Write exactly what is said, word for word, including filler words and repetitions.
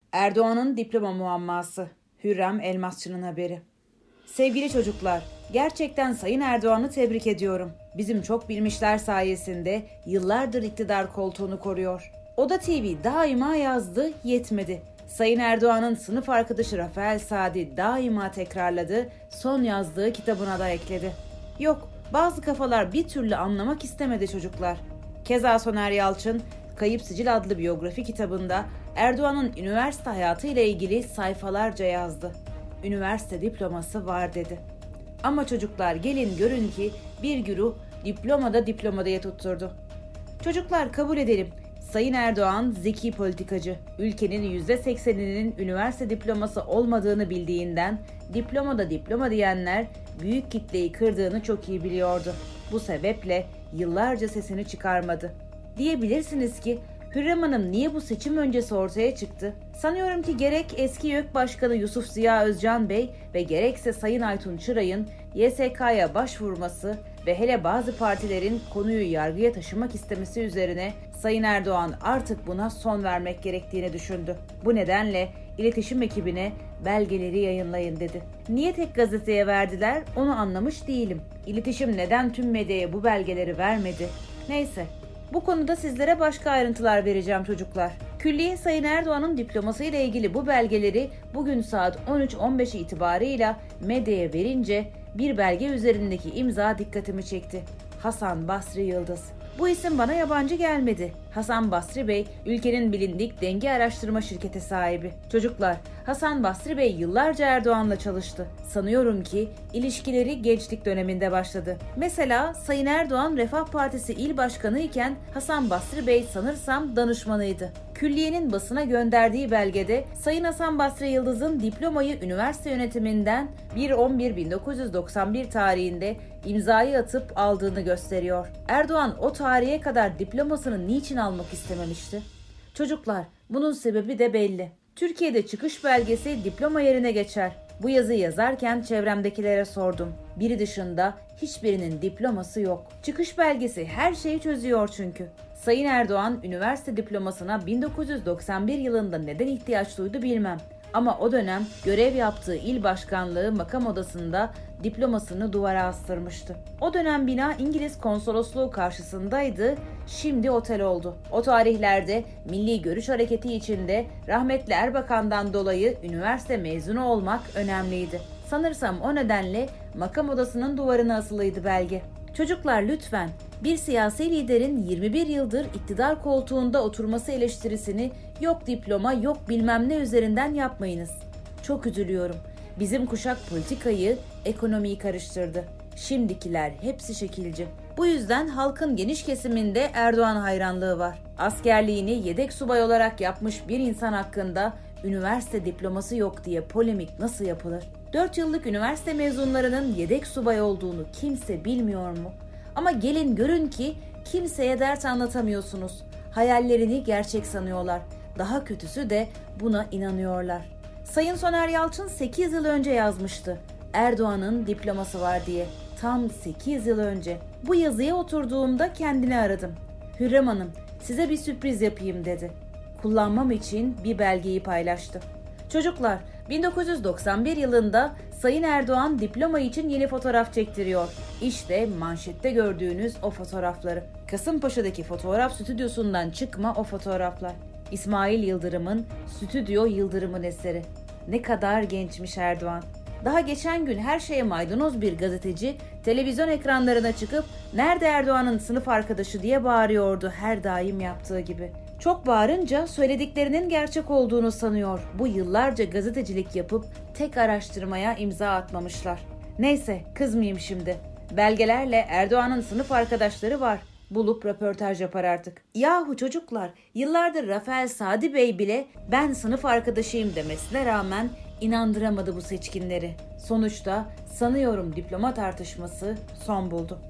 Erdoğan'ın diploma muamması. Hürrem Elmasçı'nın haberi. Sevgili çocuklar, gerçekten Sayın Erdoğan'ı tebrik ediyorum. Bizim çok bilmişler sayesinde yıllardır iktidar koltuğunu koruyor. Oda T V daima yazdı, yetmedi. Sayın Erdoğan'ın sınıf arkadaşı Rafael Sadi daima tekrarladı, son yazdığı kitabına da ekledi. Yok, bazı kafalar bir türlü anlamak istemedi çocuklar. Keza Soner Yalçın, Kayıp Sicil adlı biyografi kitabında Erdoğan'ın üniversite hayatı ile ilgili sayfalarca yazdı. Üniversite diploması var dedi. Ama çocuklar gelin görün ki bir güruh diplomada diploma diye tutturdu. Çocuklar kabul edelim. Sayın Erdoğan zeki politikacı. Ülkenin yüzde sekseninin üniversite diploması olmadığını bildiğinden diplomada diploma diyenler büyük kitleyi kırdığını çok iyi biliyordu. Bu sebeple yıllarca sesini çıkarmadı. Diyebilirsiniz ki Hürrem Hanım niye bu seçim öncesi ortaya çıktı? Sanıyorum ki gerek eski YÖK Başkanı Yusuf Ziya Özcan Bey ve gerekse Sayın Aytun Çıray'ın Y S K'ya başvurması ve hele bazı partilerin konuyu yargıya taşımak istemesi üzerine Sayın Erdoğan artık buna son vermek gerektiğini düşündü. Bu nedenle iletişim ekibine belgeleri yayınlayın dedi. Niye tek gazeteye verdiler onu anlamış değilim. İletişim neden tüm medyaya bu belgeleri vermedi? Neyse. Bu konuda sizlere başka ayrıntılar vereceğim çocuklar. Külliye Sayın Erdoğan'ın diploması ile ilgili bu belgeleri bugün saat on üç on beş itibarıyla medyaya verince bir belge üzerindeki imza dikkatimi çekti. Hasan Basri Yıldız. Bu isim bana yabancı gelmedi. Hasan Basri Bey, ülkenin bilindik denge araştırma şirketi sahibi. Çocuklar, Hasan Basri Bey yıllarca Erdoğan'la çalıştı. Sanıyorum ki ilişkileri gençlik döneminde başladı. Mesela Sayın Erdoğan Refah Partisi İl Başkanı iken Hasan Basri Bey sanırsam danışmanıydı. Külliyenin basına gönderdiği belgede Sayın Hasan Basri Yıldız'ın diplomayı üniversite yönetiminden bir on bir bin dokuz yüz doksan bir tarihinde imzayı atıp aldığını gösteriyor. Erdoğan o tarihe kadar diplomasını niçin almak istememişti? Çocuklar, bunun sebebi de belli. Türkiye'de çıkış belgesi diploma yerine geçer. Bu yazıyı yazarken çevremdekilere sordum. Biri dışında hiçbirinin diploması yok. Çıkış belgesi her şeyi çözüyor çünkü. Sayın Erdoğan üniversite diplomasına bin dokuz yüz doksan bir yılında neden ihtiyaç duydu bilmem. Ama o dönem görev yaptığı il başkanlığı makam odasında diplomasını duvara astırmıştı. O dönem bina İngiliz konsolosluğu karşısındaydı, şimdi otel oldu. O tarihlerde Milli Görüş Hareketi içinde rahmetli Erbakan'dan dolayı üniversite mezunu olmak önemliydi. Sanırsam o nedenle makam odasının duvarına asılıydı belge. Çocuklar lütfen bir siyasi liderin yirmi bir yıldır iktidar koltuğunda oturması eleştirisini yok diploma yok bilmem ne üzerinden yapmayınız. Çok üzülüyorum. Bizim kuşak politikayı, ekonomiyi karıştırdı. Şimdikiler hepsi şekilci. Bu yüzden halkın geniş kesiminde Erdoğan hayranlığı var. Askerliğini yedek subay olarak yapmış bir insan hakkında üniversite diploması yok diye polemik nasıl yapılır? dört yıllık üniversite mezunlarının yedek subay olduğunu kimse bilmiyor mu? Ama gelin görün ki kimseye dert anlatamıyorsunuz. Hayallerini gerçek sanıyorlar. Daha kötüsü de buna inanıyorlar. Sayın Soner Yalçın sekiz yıl önce yazmıştı. Erdoğan'ın diploması var diye. Tam sekiz yıl önce. Bu yazıya oturduğumda kendini aradım. Hürrem Hanım, size bir sürpriz yapayım dedi. Kullanmam için bir belgeyi paylaştı. Çocuklar, bin dokuz yüz doksan bir yılında Sayın Erdoğan diploma için yeni fotoğraf çektiriyor. İşte manşette gördüğünüz o fotoğrafları. Kasımpaşa'daki fotoğraf stüdyosundan çıkma o fotoğraflar. İsmail Yıldırım'ın Stüdyo Yıldırım'ın eseri. Ne kadar gençmiş Erdoğan. Daha geçen gün her şeye maydanoz bir gazeteci televizyon ekranlarına çıkıp "Nerede Erdoğan'ın sınıf arkadaşı?" diye bağırıyordu her daim yaptığı gibi. Çok bağırınca söylediklerinin gerçek olduğunu sanıyor. Bu yıllarca gazetecilik yapıp tek araştırmaya imza atmamışlar. Neyse kızmayayım şimdi. Belgelerle Erdoğan'ın sınıf arkadaşları var. Bulup röportaj yapar artık. Yahu çocuklar, yıllardır Rafael Sadi Bey bile ben sınıf arkadaşıyım demesine rağmen inandıramadı bu seçkinleri. Sonuçta sanıyorum diploma tartışması son buldu.